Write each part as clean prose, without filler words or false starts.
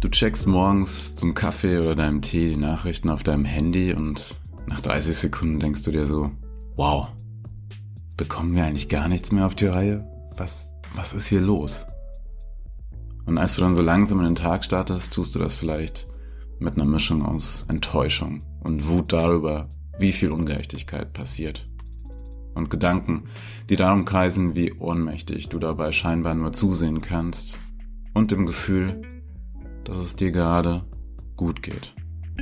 Du checkst morgens zum Kaffee oder deinem Tee die Nachrichten auf deinem Handy und nach 30 Sekunden denkst du dir so, wow, bekommen wir eigentlich gar nichts mehr auf die Reihe? Was ist hier los? Und als du dann so langsam in den Tag startest, tust du das vielleicht mit einer Mischung aus Enttäuschung und Wut darüber, wie viel Ungerechtigkeit passiert. Und Gedanken, die darum kreisen, wie ohnmächtig du dabei scheinbar nur zusehen kannst und dem Gefühl, dass es dir gerade gut geht.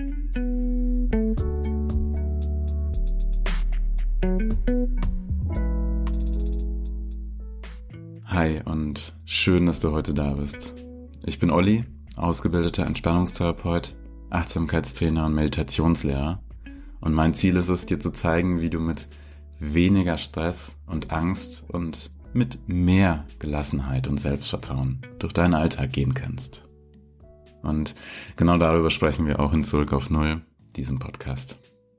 Hi und schön, dass du heute da bist. Ich bin Olli, ausgebildeter Entspannungstherapeut, Achtsamkeitstrainer und Meditationslehrer. Und mein Ziel ist es, dir zu zeigen, wie du mit weniger Stress und Angst und mit mehr Gelassenheit und Selbstvertrauen durch deinen Alltag gehen kannst. Und genau darüber sprechen wir auch in Zurück auf Null, diesem Podcast.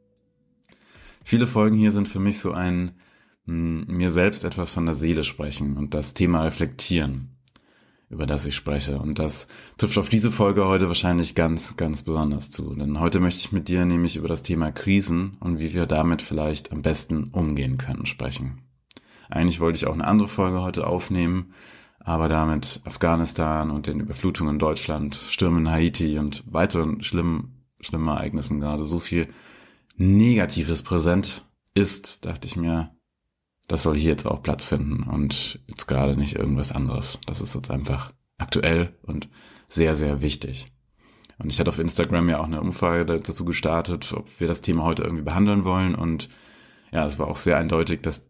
Viele Folgen hier sind für mich so ein mir selbst etwas von der Seele sprechen und das Thema reflektieren, über das ich spreche. Und das trifft auf diese Folge heute wahrscheinlich ganz, ganz besonders zu. Denn heute möchte ich mit dir nämlich über das Thema Krisen und wie wir damit vielleicht am besten umgehen können sprechen. Eigentlich wollte ich auch eine andere Folge heute aufnehmen, aber da mit Afghanistan und den Überflutungen in Deutschland, Stürmen in Haiti und weiteren schlimmen Ereignissen gerade so viel Negatives präsent ist, dachte ich mir, das soll hier jetzt auch Platz finden und jetzt gerade nicht irgendwas anderes. Das ist jetzt einfach aktuell und sehr, sehr wichtig. Und ich hatte auf Instagram ja auch eine Umfrage dazu gestartet, ob wir das Thema heute irgendwie behandeln wollen. Und ja, es war auch sehr eindeutig, dass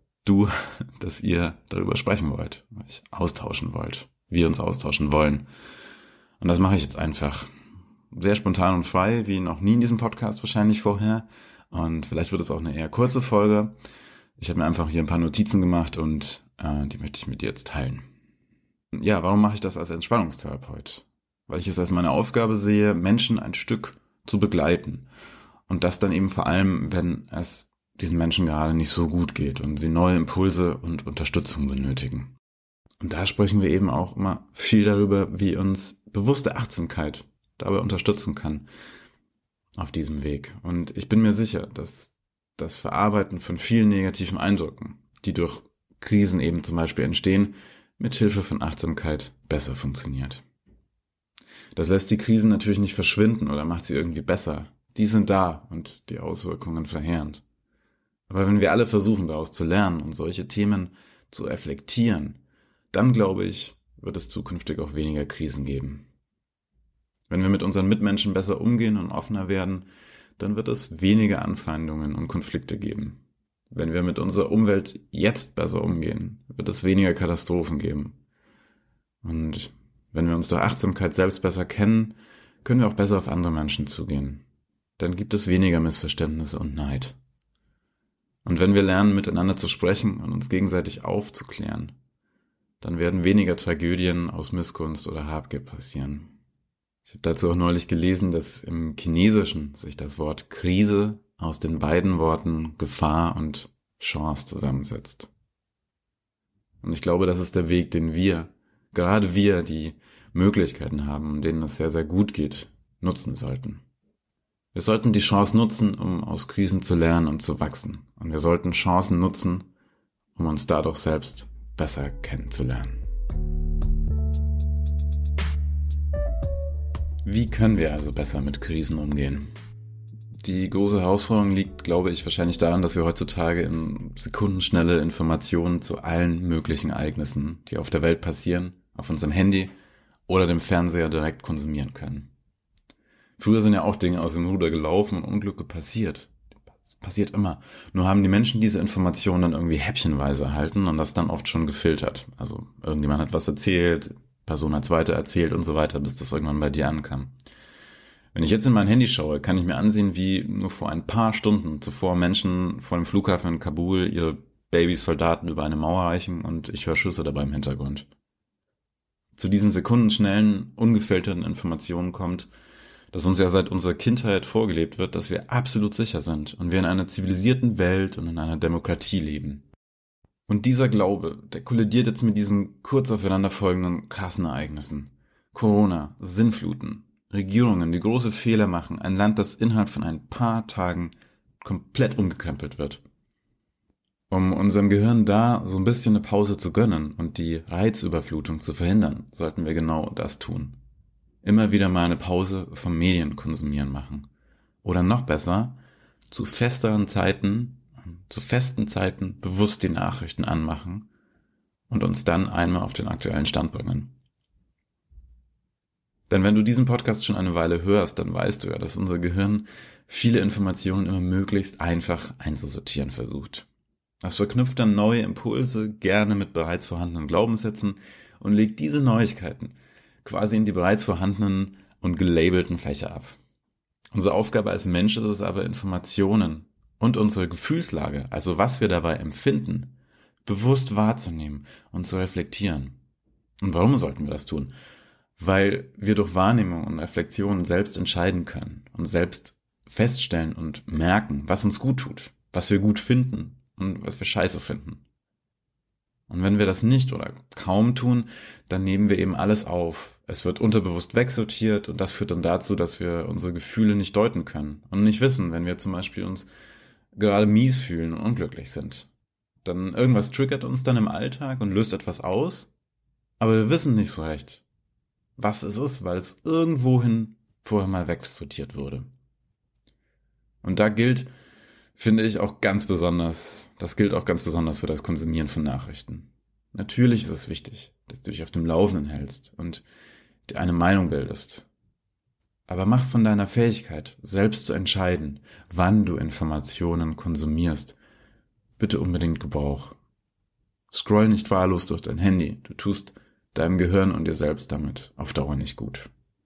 ihr darüber sprechen wollt, euch austauschen wollt, wir uns austauschen wollen. Und das mache ich jetzt einfach sehr spontan und frei, wie noch nie in diesem Podcast wahrscheinlich vorher. Und vielleicht wird es auch eine eher kurze Folge. Ich habe mir einfach hier ein paar Notizen gemacht und die möchte ich mit dir jetzt teilen. Ja, warum mache ich das als Entspannungstherapeut? Weil ich es als meine Aufgabe sehe, Menschen ein Stück zu begleiten. Und das dann eben vor allem, wenn es diesen Menschen gerade nicht so gut geht und sie neue Impulse und Unterstützung benötigen. Und da sprechen wir eben auch immer viel darüber, wie uns bewusste Achtsamkeit dabei unterstützen kann auf diesem Weg. Und ich bin mir sicher, dass das Verarbeiten von vielen negativen Eindrücken, die durch Krisen eben zum Beispiel entstehen, mit Hilfe von Achtsamkeit besser funktioniert. Das lässt die Krisen natürlich nicht verschwinden oder macht sie irgendwie besser. Die sind da und die Auswirkungen verheerend. Aber wenn wir alle versuchen, daraus zu lernen und solche Themen zu reflektieren, dann glaube ich, wird es zukünftig auch weniger Krisen geben. Wenn wir mit unseren Mitmenschen besser umgehen und offener werden, dann wird es weniger Anfeindungen und Konflikte geben. Wenn wir mit unserer Umwelt jetzt besser umgehen, wird es weniger Katastrophen geben. Und wenn wir uns durch Achtsamkeit selbst besser kennen, können wir auch besser auf andere Menschen zugehen. Dann gibt es weniger Missverständnisse und Neid. Und wenn wir lernen, miteinander zu sprechen und uns gegenseitig aufzuklären, dann werden weniger Tragödien aus Missgunst oder Habgier passieren. Ich habe dazu auch neulich gelesen, dass im Chinesischen sich das Wort Krise aus den beiden Worten Gefahr und Chance zusammensetzt. Und ich glaube, das ist der Weg, den gerade wir, die Möglichkeiten haben, denen es sehr, sehr gut geht, nutzen sollten. Wir sollten die Chance nutzen, um aus Krisen zu lernen und zu wachsen. Und wir sollten Chancen nutzen, um uns dadurch selbst besser kennenzulernen. Wie können wir also besser mit Krisen umgehen? Die große Herausforderung liegt, glaube ich, wahrscheinlich daran, dass wir heutzutage in sekundenschnelle Informationen zu allen möglichen Ereignissen, die auf der Welt passieren, auf unserem Handy oder dem Fernseher direkt konsumieren können. Früher sind ja auch Dinge aus dem Ruder gelaufen und Unglücke passiert. Das passiert immer. Nur haben die Menschen diese Informationen dann irgendwie häppchenweise erhalten und das dann oft schon gefiltert. Also irgendjemand hat was erzählt, Person hat's weiter erzählt und so weiter, bis das irgendwann bei dir ankam. Wenn ich jetzt in mein Handy schaue, kann ich mir ansehen, wie nur vor ein paar Stunden zuvor Menschen vor dem Flughafen in Kabul ihre Babysoldaten über eine Mauer reichen und ich höre Schüsse dabei im Hintergrund. Zu diesen sekundenschnellen, ungefilterten Informationen kommt, dass uns ja seit unserer Kindheit vorgelebt wird, dass wir absolut sicher sind und wir in einer zivilisierten Welt und in einer Demokratie leben. Und dieser Glaube, der kollidiert jetzt mit diesen kurz aufeinanderfolgenden krassen Ereignissen. Corona, Sintfluten, Regierungen, die große Fehler machen, ein Land, das innerhalb von ein paar Tagen komplett umgekrempelt wird. Um unserem Gehirn da so ein bisschen eine Pause zu gönnen und die Reizüberflutung zu verhindern, sollten wir genau das tun. Immer wieder mal eine Pause vom Medienkonsumieren machen. Oder noch besser, zu festen Zeiten bewusst die Nachrichten anmachen und uns dann einmal auf den aktuellen Stand bringen. Denn wenn du diesen Podcast schon eine Weile hörst, dann weißt du ja, dass unser Gehirn viele Informationen immer möglichst einfach einzusortieren versucht. Es verknüpft dann neue Impulse gerne mit bereits vorhandenen Glaubenssätzen und legt diese Neuigkeiten quasi in die bereits vorhandenen und gelabelten Fächer ab. Unsere Aufgabe als Mensch ist es aber, Informationen und unsere Gefühlslage, also was wir dabei empfinden, bewusst wahrzunehmen und zu reflektieren. Und warum sollten wir das tun? Weil wir durch Wahrnehmung und Reflexion selbst entscheiden können und selbst feststellen und merken, was uns gut tut, was wir gut finden und was wir scheiße finden. Und wenn wir das nicht oder kaum tun, dann nehmen wir eben alles auf. Es wird unterbewusst wegsortiert und das führt dann dazu, dass wir unsere Gefühle nicht deuten können und nicht wissen, wenn wir zum Beispiel uns gerade mies fühlen und unglücklich sind. Dann irgendwas triggert uns dann im Alltag und löst etwas aus, aber wir wissen nicht so recht, was es ist, weil es irgendwohin vorher mal wegsortiert wurde. Und da gilt, finde ich, auch ganz besonders, das gilt auch ganz besonders für das Konsumieren von Nachrichten. Natürlich ist es wichtig, dass du dich auf dem Laufenden hältst und dir eine Meinung bildest. Aber mach von deiner Fähigkeit, selbst zu entscheiden, wann du Informationen konsumierst, bitte unbedingt Gebrauch. Scroll nicht wahllos durch dein Handy, du tust deinem Gehirn und dir selbst damit auf Dauer nicht gut.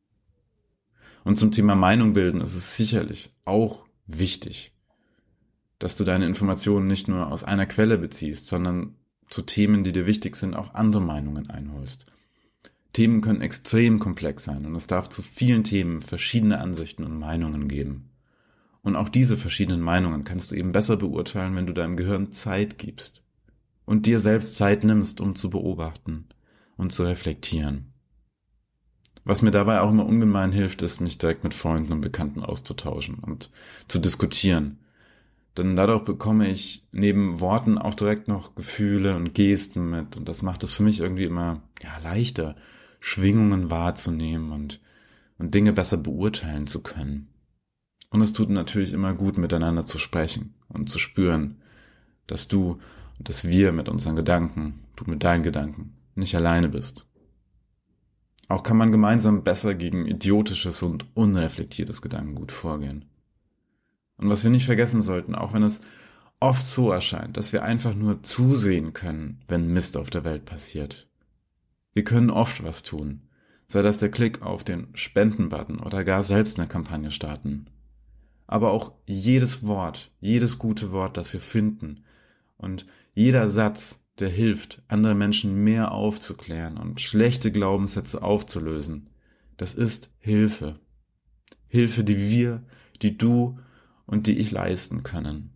Und zum Thema Meinung bilden ist es sicherlich auch wichtig, dass du deine Informationen nicht nur aus einer Quelle beziehst, sondern zu Themen, die dir wichtig sind, auch andere Meinungen einholst. Themen können extrem komplex sein und es darf zu vielen Themen verschiedene Ansichten und Meinungen geben. Und auch diese verschiedenen Meinungen kannst du eben besser beurteilen, wenn du deinem Gehirn Zeit gibst und dir selbst Zeit nimmst, um zu beobachten und zu reflektieren. Was mir dabei auch immer ungemein hilft, ist, mich direkt mit Freunden und Bekannten auszutauschen und zu diskutieren. Denn dadurch bekomme ich neben Worten auch direkt noch Gefühle und Gesten mit. Und das macht es für mich irgendwie immer leichter, Schwingungen wahrzunehmen und Dinge besser beurteilen zu können. Und es tut natürlich immer gut, miteinander zu sprechen und zu spüren, dass du und dass wir mit unseren Gedanken, du mit deinen Gedanken, nicht alleine bist. Auch kann man gemeinsam besser gegen idiotisches und unreflektiertes Gedankengut vorgehen. Und was wir nicht vergessen sollten, auch wenn es oft so erscheint, dass wir einfach nur zusehen können, wenn Mist auf der Welt passiert. Wir können oft was tun, sei das der Klick auf den Spenden-Button oder gar selbst eine Kampagne starten. Aber auch jedes Wort, jedes gute Wort, das wir finden und jeder Satz, der hilft, andere Menschen mehr aufzuklären und schlechte Glaubenssätze aufzulösen, das ist Hilfe. Hilfe, die du und die ich leisten können.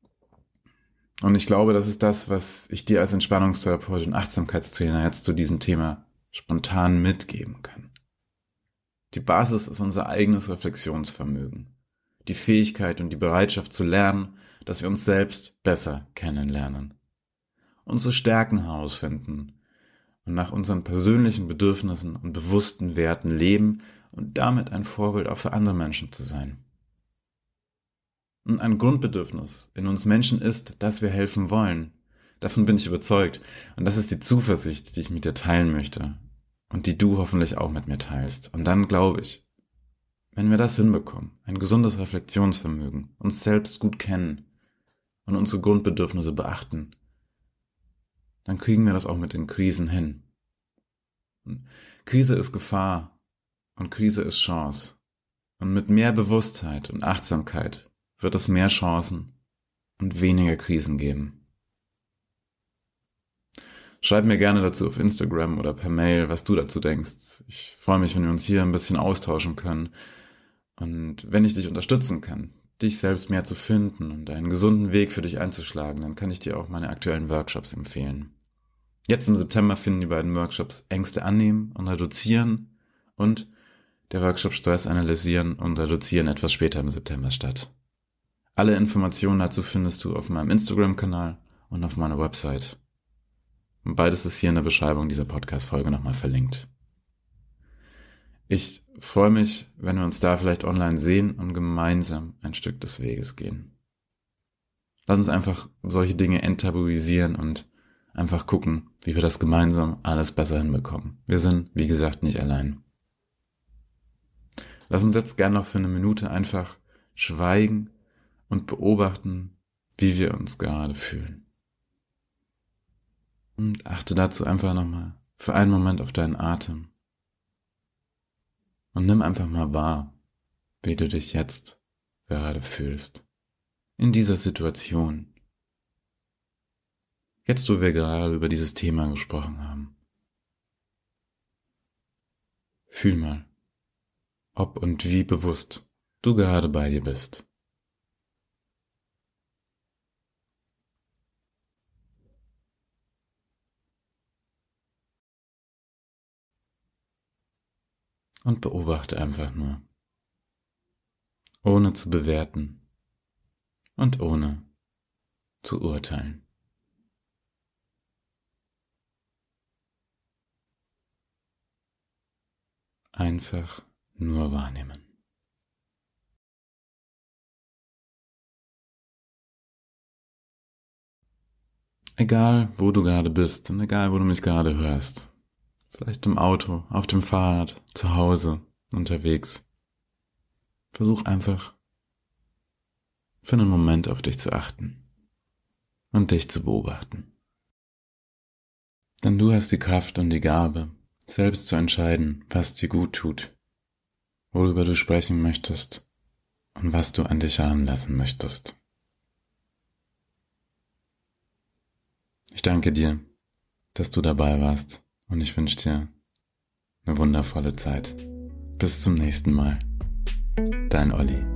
Und ich glaube, das ist das, was ich dir als Entspannungstherapeut und Achtsamkeitstrainer jetzt zu diesem Thema spontan mitgeben kann. Die Basis ist unser eigenes Reflexionsvermögen, die Fähigkeit und die Bereitschaft zu lernen, dass wir uns selbst besser kennenlernen, unsere Stärken herausfinden und nach unseren persönlichen Bedürfnissen und bewussten Werten leben und damit ein Vorbild auch für andere Menschen zu sein. Und ein Grundbedürfnis in uns Menschen ist, dass wir helfen wollen. Davon bin ich überzeugt. Und das ist die Zuversicht, die ich mit dir teilen möchte. Und die du hoffentlich auch mit mir teilst. Und dann glaube ich, wenn wir das hinbekommen, ein gesundes Reflexionsvermögen, uns selbst gut kennen und unsere Grundbedürfnisse beachten, dann kriegen wir das auch mit den Krisen hin. Und Krise ist Gefahr und Krise ist Chance. Und mit mehr Bewusstheit und Achtsamkeit wird es mehr Chancen und weniger Krisen geben. Schreib mir gerne dazu auf Instagram oder per Mail, was du dazu denkst. Ich freue mich, wenn wir uns hier ein bisschen austauschen können und wenn ich dich unterstützen kann, dich selbst mehr zu finden und einen gesunden Weg für dich einzuschlagen, dann kann ich dir auch meine aktuellen Workshops empfehlen. Jetzt im September finden die beiden Workshops Ängste annehmen und reduzieren und Der Workshop Stress analysieren und reduzieren etwas später im September statt. Alle Informationen dazu findest du auf meinem Instagram-Kanal und auf meiner Website. Und beides ist hier in der Beschreibung dieser Podcast-Folge nochmal verlinkt. Ich freue mich, wenn wir uns da vielleicht online sehen und gemeinsam ein Stück des Weges gehen. Lass uns einfach solche Dinge enttabuisieren und einfach gucken, wie wir das gemeinsam alles besser hinbekommen. Wir sind, wie gesagt, nicht allein. Lass uns jetzt gerne noch für eine Minute einfach schweigen und beobachten, wie wir uns gerade fühlen. Und achte dazu einfach nochmal für einen Moment auf deinen Atem. Und nimm einfach mal wahr, wie du dich jetzt gerade fühlst. In dieser Situation. Jetzt, wo wir gerade über dieses Thema gesprochen haben. Fühl mal, ob und wie bewusst du gerade bei dir bist. Und beobachte einfach nur, ohne zu bewerten und ohne zu urteilen. Einfach nur wahrnehmen. Egal, wo du gerade bist und egal, wo du mich gerade hörst. Vielleicht im Auto, auf dem Fahrrad, zu Hause, unterwegs. Versuch einfach für einen Moment auf dich zu achten und dich zu beobachten. Denn du hast die Kraft und die Gabe, selbst zu entscheiden, was dir gut tut, worüber du sprechen möchtest und was du an dich heranlassen möchtest. Ich danke dir, dass du dabei warst und ich wünsche dir eine wundervolle Zeit. Bis zum nächsten Mal. Dein Olli.